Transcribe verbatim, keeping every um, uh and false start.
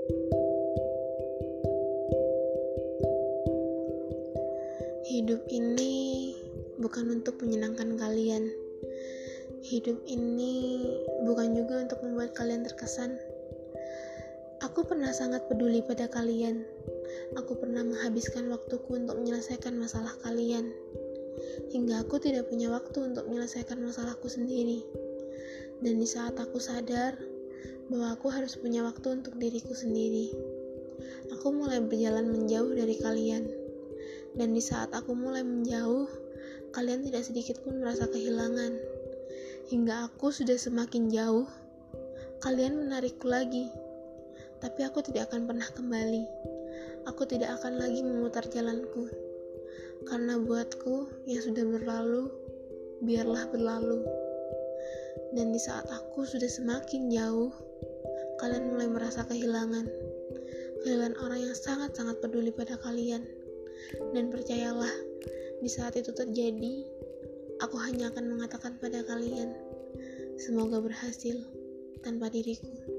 Hidup ini bukan untuk menyenangkan kalian. Hidup ini bukan juga untuk membuat kalian terkesan. Aku pernah sangat peduli pada kalian. Aku pernah menghabiskan waktuku untuk menyelesaikan masalah kalian. Hingga aku tidak punya waktu untuk menyelesaikan masalahku sendiri. Dan di saat aku sadar bahwa aku harus punya waktu untuk diriku sendiri, aku mulai berjalan menjauh dari kalian. Dan di saat aku mulai menjauh, kalian tidak sedikit pun merasa kehilangan. Hingga aku sudah semakin jauh, kalian menarikku lagi. Tapi aku tidak akan pernah kembali. Aku tidak akan lagi memutar jalanku. Karena buatku yang sudah berlalu, biarlah berlalu. Dan di saat aku sudah semakin jauh, kalian mulai merasa kehilangan. Kehilangan orang yang sangat-sangat peduli pada kalian. Dan percayalah, di saat itu terjadi, aku hanya akan mengatakan pada kalian, semoga berhasil tanpa diriku.